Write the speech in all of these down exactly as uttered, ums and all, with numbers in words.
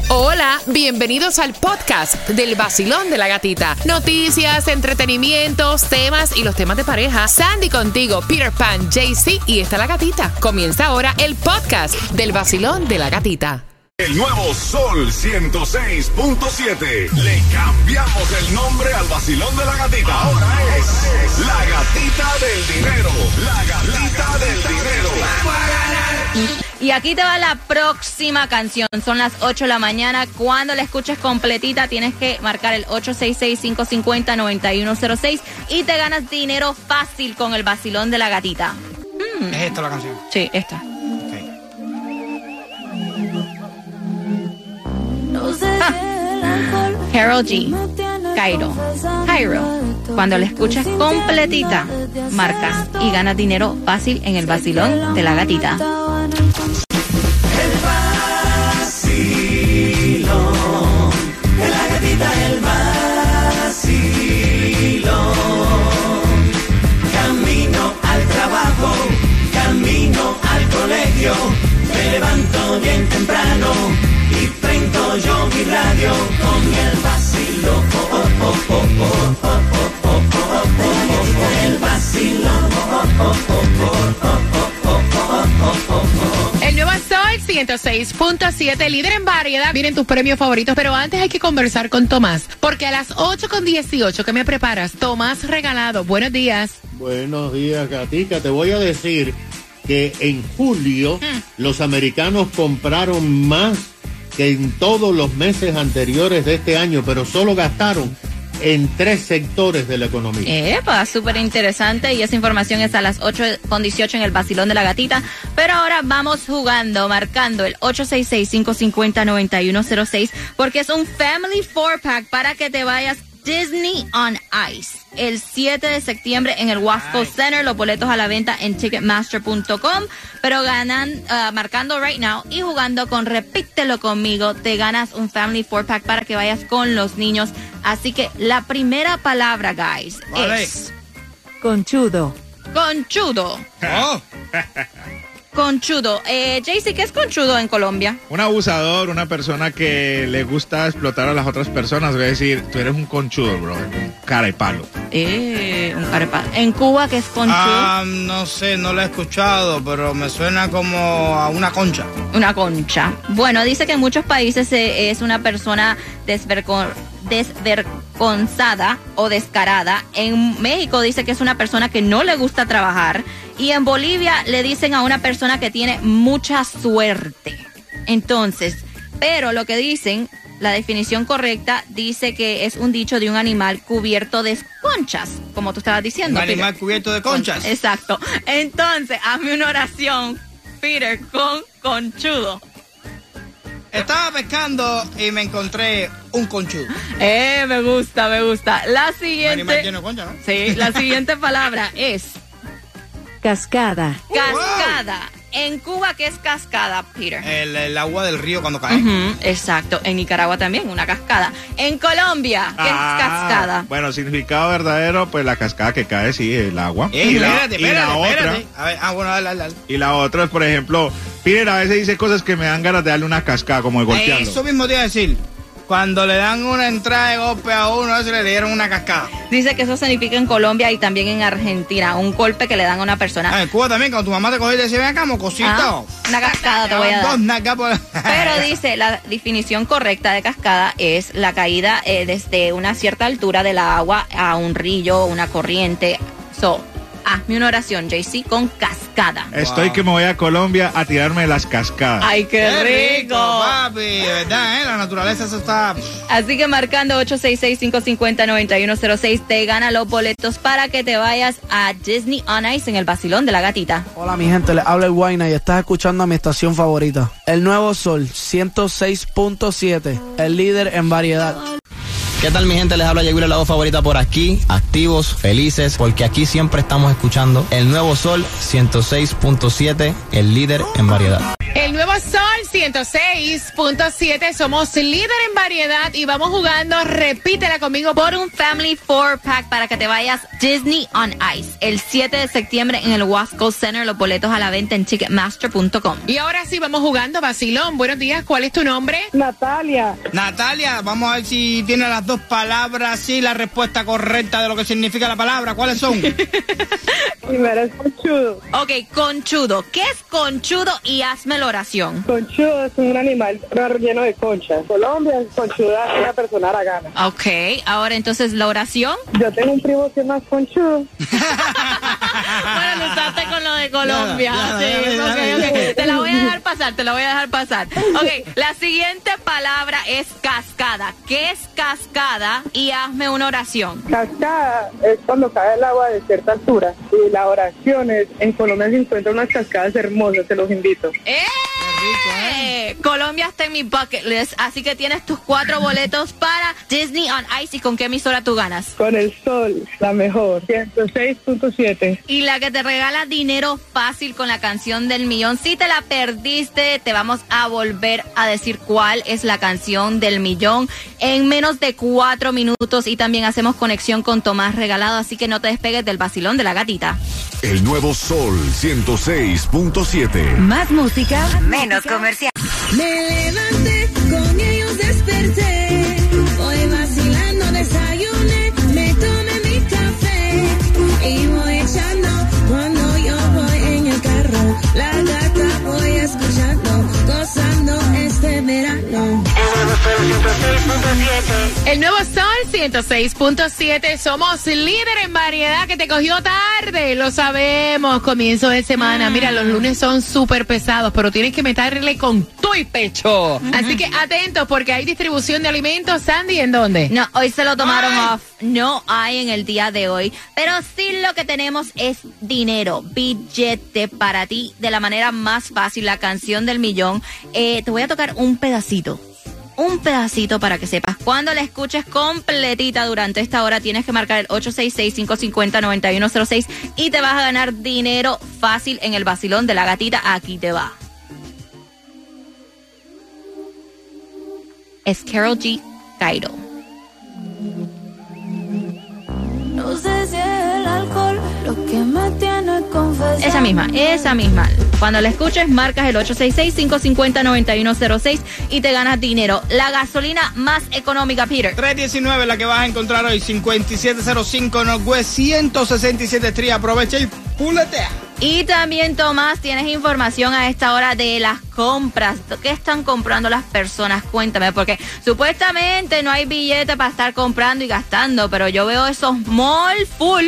Hola, bienvenidos al podcast del Vacilón de la Gatita. Noticias, entretenimientos, temas y los temas de pareja. Sandy contigo, Peter Pan, Jaycee y está la gatita. Comienza ahora el podcast del Vacilón de la Gatita. El nuevo Sol ciento seis punto siete. Le cambiamos el nombre al Vacilón de la Gatita. Ahora es la Gatita del Dinero. La Gatita del Dinero. Y aquí te va la próxima canción. Son las ocho de la mañana. Cuando la escuches completita, tienes que marcar el ocho seis seis, cinco cinco cero, nueve uno cero seis y te ganas dinero fácil con el Vacilón de la Gatita. Hmm. ¿Es esta la canción? Sí, esta. Ah. Karol G, Cairo, Cairo. Cuando la escuchas completita, marcas y ganas dinero fácil en el Vacilón de la Gatita. El vacilón de la gatita, el vacilón. Camino al trabajo, camino al colegio, me levanto bien temprano y prendo yo mi radio con el vacilón. Oh, oh, oh, oh, oh, oh, oh, oh, oh, oh, el vacilón. Oh, oh, oh, oh, oh, oh, oh, oh, oh. El nuevo Sol ciento seis punto siete, líder en variedad. Vienen tus premios favoritos, pero antes hay que conversar con Tomás, porque a las ocho con dieciocho, ¿qué me preparas? Tomás Regalado, buenos días. Buenos días, Gatica. Te voy a decir que en julio mm. los americanos compraron más que en todos los meses anteriores de este año, pero solo gastaron en tres sectores de la economía. Epa, súper interesante, y esa información es a las ocho con dieciocho en el Vacilón de la Gatita. Pero ahora vamos jugando, marcando el ocho seis seis, cinco cinco cero, nueve uno cero seis, porque es un Family four pack para que te vayas Disney on Ice el siete de septiembre en el Wasco Center. Los boletos a la venta en ticketmaster punto com, pero ganan uh, marcando right now y jugando con Repítelo Conmigo, te ganas un Family four pack para que vayas con los niños. Así que la primera palabra, guys, vale. es conchudo. Conchudo. Oh. Conchudo. Eh, Jaycee, ¿qué es conchudo en Colombia? Un abusador, una persona que le gusta explotar a las otras personas. Voy a decir, tú eres un conchudo, bro. Un cara y palo. Eh, un cara y palo. ¿En Cuba qué es conchudo? Ah, no sé, no lo he escuchado, pero me suena como a una concha. Una concha. Bueno, dice que en muchos países eh, es una persona desvergonzada. desvergonzada o descarada. En México dice que es una persona que no le gusta trabajar, y en Bolivia le dicen a una persona que tiene mucha suerte. Entonces, pero lo que dicen, la definición correcta dice que es un dicho de un animal cubierto de conchas, como tú estabas diciendo, un animal Peter. cubierto de conchas. Exacto. Entonces, hazme una oración, Peter, con conchudo. Estaba pescando y me encontré un conchudo. Eh, me gusta, me gusta. La siguiente. Un animal lleno de concha, ¿no? Sí, la siguiente palabra es cascada. Cascada. Wow. En Cuba, ¿qué es cascada, Peter? El, el agua del río cuando cae. Uh-huh, exacto. En Nicaragua también, una cascada. En Colombia, ¿qué ah, es cascada? Bueno, significado verdadero, pues la cascada que cae, sí, el agua. Ey, y espérate, la, espérate, y la espérate. otra, a ver, ah, bueno, dale, dale, dale. Y la otra es, por ejemplo, Peter a veces dice cosas que me dan ganas de darle una cascada, como de golpearlo. Eso mismo te iba a decir. Cuando le dan una entrada de golpe a uno, a veces le dieron una cascada. Dice que eso significa en Colombia y también en Argentina, un golpe que le dan a una persona. Ah, en Cuba también, cuando tu mamá te cogió y te decía, ven acá, mocosito. Ah, una cascada te voy a dar. Dos nacas por... Pero dice, la definición correcta de cascada es la caída eh, desde una cierta altura del agua a un río, una corriente. So, hazme una oración, Jaycee, con cascada. Estoy wow. que me voy a Colombia a tirarme las cascadas. ¡Ay, qué, qué rico! rico! Papi, ¿verdad? ¿Eh? La naturaleza eso está... Así que marcando ocho seis seis, cinco cinco cero, nueve uno cero seis te gana los boletos para que te vayas a Disney on Ice en el Vacilón de la Gatita. Hola, mi gente, les habla el Guayna y estás escuchando a mi estación favorita. El Nuevo Sol ciento seis punto siete, el líder en variedad. ¿Qué tal, mi gente? Les habla Yeguila, la voz favorita por aquí, activos, felices, porque aquí siempre estamos escuchando el Nuevo Sol ciento seis punto siete, el líder en variedad. El Nuevo Sol ciento seis punto siete, somos líder en variedad y vamos jugando, repítela conmigo, por un Family four pack para que te vayas Disney on Ice el siete de septiembre en el Wasco Center. Los boletos a la venta en ticketmaster punto com. Y ahora sí, vamos jugando, vacilón. Buenos días, ¿cuál es tu nombre? Natalia. Natalia, vamos a ver si tiene las dos palabras y la respuesta correcta de lo que significa la palabra. ¿Cuáles son? Primero es conchudo. Ok, conchudo. ¿Qué es conchudo? Y hazme la oración. Conchudo es un animal lleno de conchas. Colombia, conchuda es una persona haragana. Ok, ahora entonces la oración. Yo tengo un primo que es más conchudo. Bueno, lo usaste con lo de Colombia. Ya, ya, sí, ya, ya, okay, ya, okay. ya. Te la voy a dejar pasar, te la voy a dejar pasar. Ok, la siguiente palabra es cascada. ¿Qué es cascada? Y hazme una oración. Cascada es cuando cae el agua de cierta altura. Y la oración es, en Colombia se encuentran unas cascadas hermosas, te los invito. ¡Eh! Rico, ¿eh? Colombia está en mi bucket list, así que tienes tus cuatro boletos para Disney on Ice. ¿Y con qué emisora tú ganas? Con el Sol, la mejor, ciento seis punto siete. Y la que te regala dinero fácil con la canción del millón. Si te la perdiste, te vamos a volver a decir cuál es la canción del millón en menos de cuatro minutos. Y también hacemos conexión con Tomás Regalado, así que no te despegues del vacilón de la gatita. El nuevo Sol ciento seis punto siete. Más música, menos comercial. Me levanté, con ellos desperté. Hoy vacilando desayuné, me tomé mi café. Y voy echando cuando yo voy en el carro. La gata voy escuchando, gozando este verano. El nuevo Sol ciento seis punto siete. Somos líder en variedad, que te cogió tarde, lo sabemos. Comienzo de semana. Mira, los lunes son súper pesados, pero tienes que meterle con tu y pecho. Así que atentos, porque hay distribución de alimentos. Sandy, ¿en dónde? No, hoy se lo tomaron Ay. off. No hay en el día de hoy. Pero sí lo que tenemos es dinero, billete para ti de la manera más fácil. La canción del millón. Eh, te voy a tocar un pedacito. Un pedacito para que sepas. Cuando la escuches completita durante esta hora, tienes que marcar el ocho seis seis, cinco cinco cero, nueve uno cero seis y te vas a ganar dinero fácil en el vacilón de la gatita. Aquí te va. Es Karol G. Cairo. No sé si es el alcohol lo que me tiene confesando. Esa misma, esa misma. Cuando la escuches, marcas el ocho seis seis, cinco cinco cero, nueve uno cero seis y te ganas dinero. La gasolina más económica, Peter. tres diecinueve la que vas a encontrar hoy, cincuenta y siete cero cinco Northwest ciento sesenta y siete Street. Aprovecha y puletea. Y también, Tomás, tienes información a esta hora de las compras. ¿Qué están comprando las personas? Cuéntame, porque supuestamente no hay billete para estar comprando y gastando, pero yo veo esos mall full.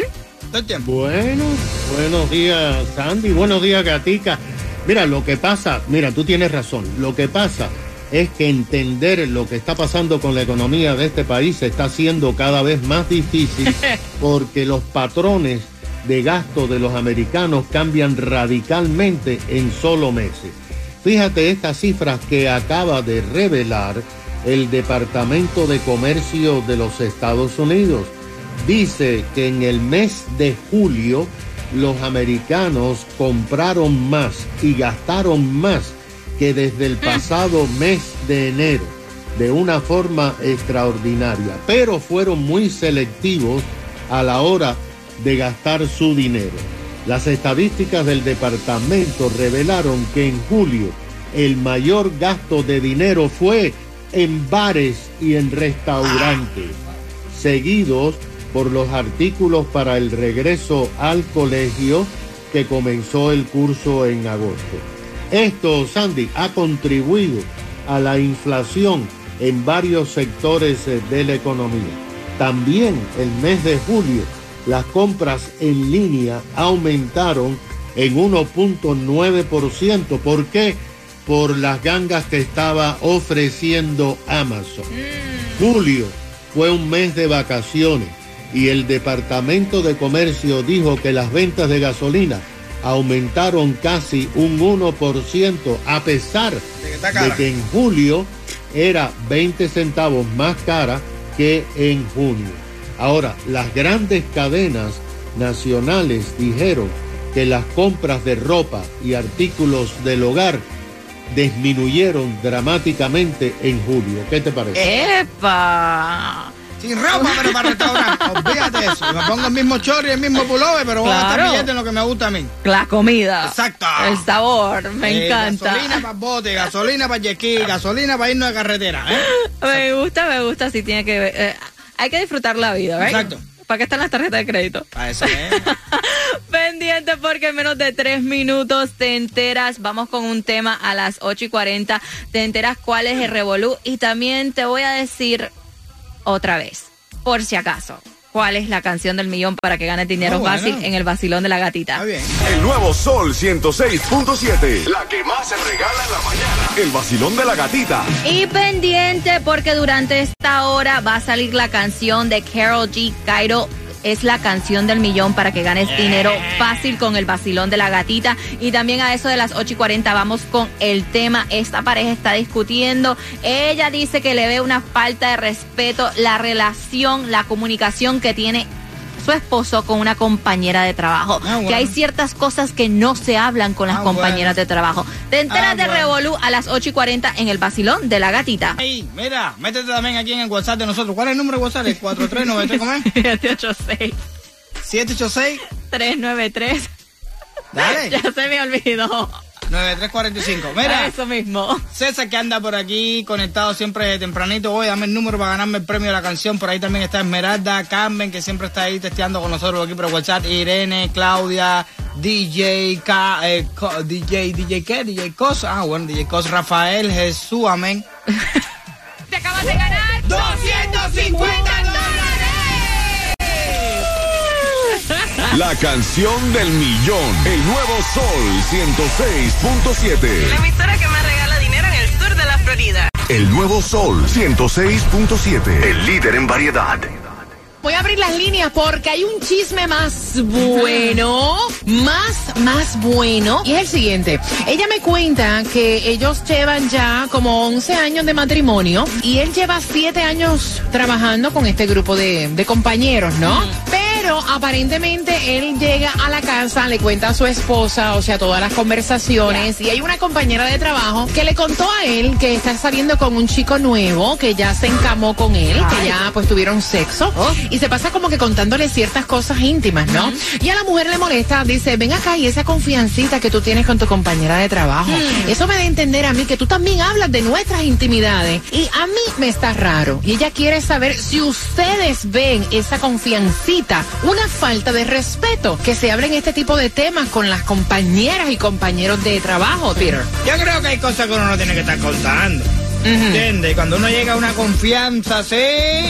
Bueno, buenos días, Sandy. Buenos días, Gatica. Mira, lo que pasa, mira, tú tienes razón. Lo que pasa es que entender lo que está pasando con la economía de este país se está haciendo cada vez más difícil porque los patrones de gasto de los americanos cambian radicalmente en solo meses. Fíjate estas cifras que acaba de revelar el Departamento de Comercio de los Estados Unidos. Dice que en el mes de julio los americanos compraron más y gastaron más que desde el pasado mes de enero, de una forma extraordinaria, pero fueron muy selectivos a la hora de gastar su dinero. Las estadísticas del departamento revelaron que en julio el mayor gasto de dinero fue en bares y en restaurantes, seguidos por los artículos para el regreso al colegio que comenzó el curso en agosto. Esto, Sandy, ha contribuido a la inflación en varios sectores de la economía. También el mes de julio las compras en línea aumentaron en uno punto nueve por ciento. ¿Por qué? Por las gangas que estaba ofreciendo Amazon. Julio fue un mes de vacaciones y el Departamento de Comercio dijo que las ventas de gasolina aumentaron casi un uno por ciento, a pesar de que en julio era veinte centavos más cara que en junio. Ahora, las grandes cadenas nacionales dijeron que las compras de ropa y artículos del hogar disminuyeron dramáticamente en julio. ¿Qué te parece? ¡Epa! Sin ropa, pero para restaurar. Olvídate de eso. Me pongo el mismo chorro y el mismo pullover, pero voy a gastar Claro. billete en lo que me gusta a mí. La comida. Exacto. El sabor, me Eh, encanta. Gasolina para el bote, gasolina para el jet ski, gasolina para irnos de carretera. ¿eh? Me gusta, me gusta, sí tiene que ver. eh, hay que disfrutar la vida, ¿verdad? Exacto. ¿Para qué están las tarjetas de crédito? Para eso, ¿eh? Pendiente porque en menos de tres minutos te enteras. Vamos con un tema a las ocho y cuarenta. Te enteras cuál es el revolú. Y también te voy a decir otra vez, por si acaso, cuál es la canción del millón para que ganes dinero Ah, bueno. fácil en el vacilón de la gatita. El nuevo Sol ciento seis punto siete. La que más se regala en la mañana. El vacilón de la gatita. Y pendiente porque durante esta hora va a salir la canción de Karol G. Cairo. Es la canción del millón para que ganes dinero fácil con el vacilón de la gatita. Y también a eso de las ocho y cuarenta vamos con el tema. Esta pareja está discutiendo. Ella dice que le ve una falta de respeto la relación, la comunicación que tiene su esposo con una compañera de trabajo. Ah, bueno. Que hay ciertas cosas que no se hablan con las Ah, compañeras bueno. de trabajo. Te enteras Ah, de bueno. Revolú a las ocho y cuarenta en el vacilón de la gatita. Ey, mira, métete también aquí en el WhatsApp de nosotros. ¿Cuál es el número de WhatsApp? El cuatro tres nueve tres, ¿cómo es? siete ocho seis, siete ocho seis. tres nueve tres. Dale. Ya se me olvidó. nueve tres cuatro cinco. Mira. Eso mismo. César, que anda por aquí conectado siempre desde tempranito. Oye, dame el número para ganarme el premio de la canción. Por ahí también está Esmeralda, Carmen, que siempre está ahí testeando con nosotros aquí por WhatsApp. Irene, Claudia, D J, K, eh, Co- D J, D J ¿qué? D J Cos. Ah, bueno, D J Cos, Rafael, Jesús, amén. Te acabas de ganar doscientos cincuenta La canción del millón. El nuevo Sol ciento seis punto siete. La emisora que más regala dinero en el sur de la Florida. El nuevo Sol ciento seis punto siete. El líder en variedad. Voy a abrir las líneas porque hay un chisme más bueno, más, más bueno. Y es el siguiente. Ella me cuenta que ellos llevan ya como once años de matrimonio y él lleva siete años trabajando con este grupo de, de compañeros, ¿no? Pero aparentemente él llega a la casa, le cuenta a su esposa, o sea, todas las conversaciones. Y hay una compañera de trabajo que le contó a él que está saliendo con un chico nuevo, que ya se encamó con él, que ya pues tuvieron sexo. Y se pasa como que contándole ciertas cosas íntimas, ¿no? Y a la mujer le molesta, dice, ven acá, y esa confiancita que tú tienes con tu compañera de trabajo, eso me da a entender a mí que tú también hablas de nuestras intimidades. Y a mí me está raro. Y ella quiere saber si ustedes ven esa confiancita una falta de respeto, que se hablen este tipo de temas con las compañeras y compañeros de trabajo, Peter. Yo creo que hay cosas que uno no tiene que estar contando. ¿Entiendes? Cuando uno llega a una confianza así,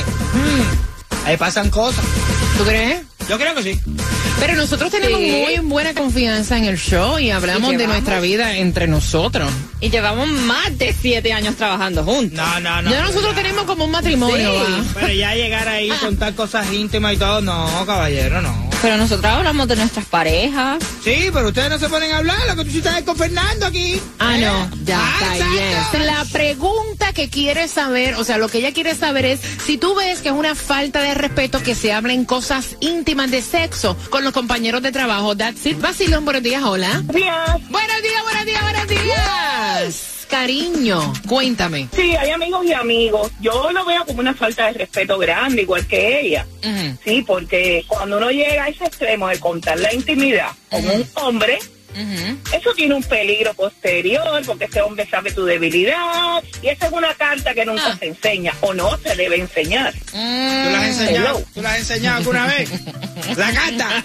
ahí pasan cosas. ¿Tú crees? Yo creo que sí. Pero nosotros tenemos Sí. muy buena confianza en el show y hablamos Y de llevamos- nuestra vida entre nosotros. Y llevamos más de siete años trabajando juntos. No, no, no. Ya nosotros tenemos como un matrimonio. Sí. ¿va? Pero ya llegar ahí, contar cosas íntimas y todo, no, caballero, no. Pero nosotros hablamos de nuestras parejas. Sí, pero ustedes no se ponen a hablar, lo que tú sí estás con Fernando aquí. Ah, ¿Eh? no, ya Ah, está, exacto. yes. La pregunta que quiere saber, o sea, lo que ella quiere saber es si tú ves que es una falta de respeto que se hablen cosas íntimas de sexo con los compañeros de trabajo. That's it. Vacilón, buenos días, hola. Buenos días. Buenos días, buenos días, buenos días. Cariño, cuéntame. Sí, hay amigos y amigos. Yo lo veo como una falta de respeto grande, igual que ella. Ujú. Sí, porque cuando uno llega a ese extremo de contar la intimidad con un hombre, Ujú. eso tiene un peligro posterior, porque ese hombre sabe tu debilidad, y esa es una carta que nunca Ah. se enseña, o no se debe enseñar. ¿Tú las has enseñado? Hello. ¿Tú las has enseñado alguna vez? La carta.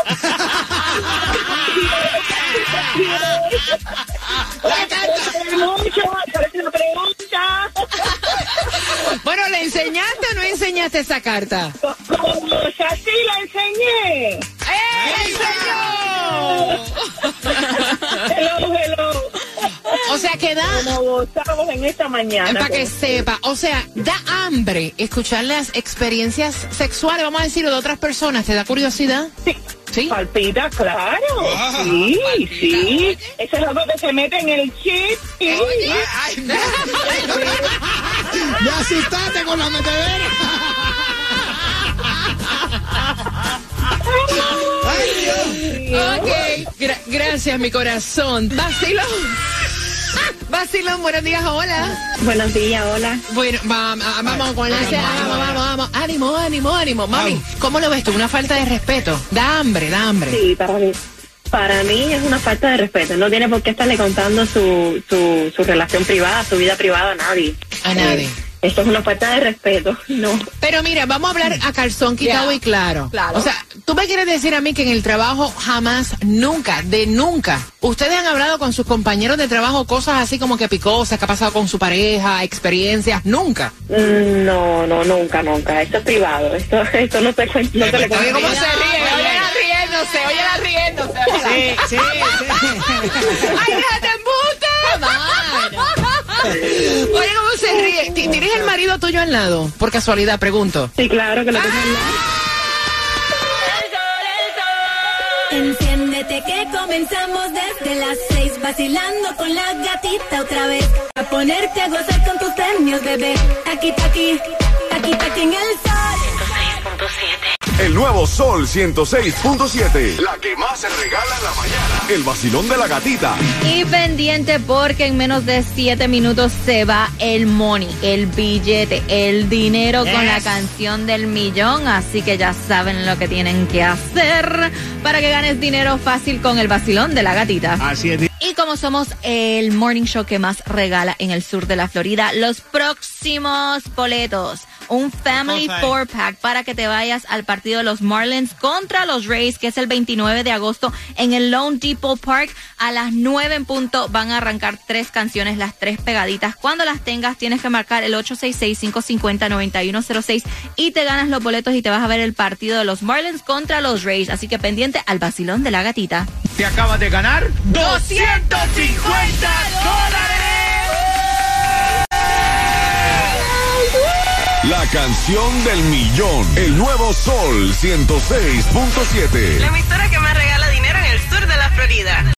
La carta. Mucho, parece una pregunta. Bueno, ¿le enseñaste o no enseñaste esa carta? Como así la enseñé. ¡Eh, señor! Hello, hello. O sea, que da... Como gozamos en esta mañana. Para que con- sepa, o sea, da hambre escuchar las experiencias sexuales, vamos a decirlo, de otras personas. ¿Te da curiosidad? Sí. ¿Sí? Palpita, claro. Ah, sí, palpita, sí. oye. Ese es algo que se mete en el chip. Sí. Ay, ay, me, me asustaste con la metedera. Ay, Dios. Ok, gra- gracias, mi corazón. Vacilón. Vacilón, buenos días, hola. Buenos días, hola. Bueno, vamos, vamos con la vamos, vamos, vamos. Ánimo, ánimo, ánimo. Mami, ¿cómo lo ves tú? ¿Una falta de respeto? Da hambre, da hambre. Sí, para mí. Para mí es una falta de respeto. No tiene por qué estarle contando su, su, su relación privada, su vida privada a nadie. A nadie. Eh, esto es una falta de respeto, no. Pero mira, vamos a hablar a calzón quitado Yeah. y claro. Claro. O sea, tú me quieres decir a mí que en el trabajo jamás, nunca, de nunca, ustedes han hablado con sus compañeros de trabajo cosas así como que picosas, que ha pasado con su pareja, experiencias, nunca. Mm, No, no, nunca, nunca. Esto es privado. Esto, esto no se cuenta. No se le Oye, cuenta. ¿cómo se ríe? Oye, la riéndose, oye, la riéndose. Sí, sí, sí. ¡Ay, déjate embuste! Oye, ¿cómo se ríe? ¿Ti- ¿Tienes el marido tuyo al lado? Por casualidad, pregunto. Sí, claro que lo tengo al lado. Enciéndete que comenzamos desde las seis, vacilando con la gatita otra vez. A ponerte a gozar con tus premios, bebé. Aquí, aquí, aquí, aquí en el sol. ciento seis punto siete. El nuevo Sol ciento seis punto siete. La que más se regala en la mañana. El vacilón de la gatita. Y pendiente porque en menos de siete minutos se va el money, el billete, el dinero con la Yes. canción del millón. Así que ya saben lo que tienen que hacer para que ganes dinero fácil con el vacilón de la gatita. Así es. Y como somos el morning show que más regala en el sur de la Florida, los próximos boletos. Un Family Cosa, eh. Four Pack para que te vayas al partido de los Marlins contra los Rays, que es el veintinueve de agosto en el Lone Depot Park. A las nueve en punto van a arrancar tres canciones, las tres pegaditas. Cuando las tengas tienes que marcar el ocho seis seis, cinco cinco cero, nueve uno cero seis y te ganas los boletos y te vas a ver el partido de los Marlins contra los Rays. Así que pendiente al vacilón de la gatita. Te acabas de ganar doscientos cincuenta dólares. La canción del millón. El nuevo Sol ciento seis punto siete. La emisora que más regala dinero en el sur de la Florida.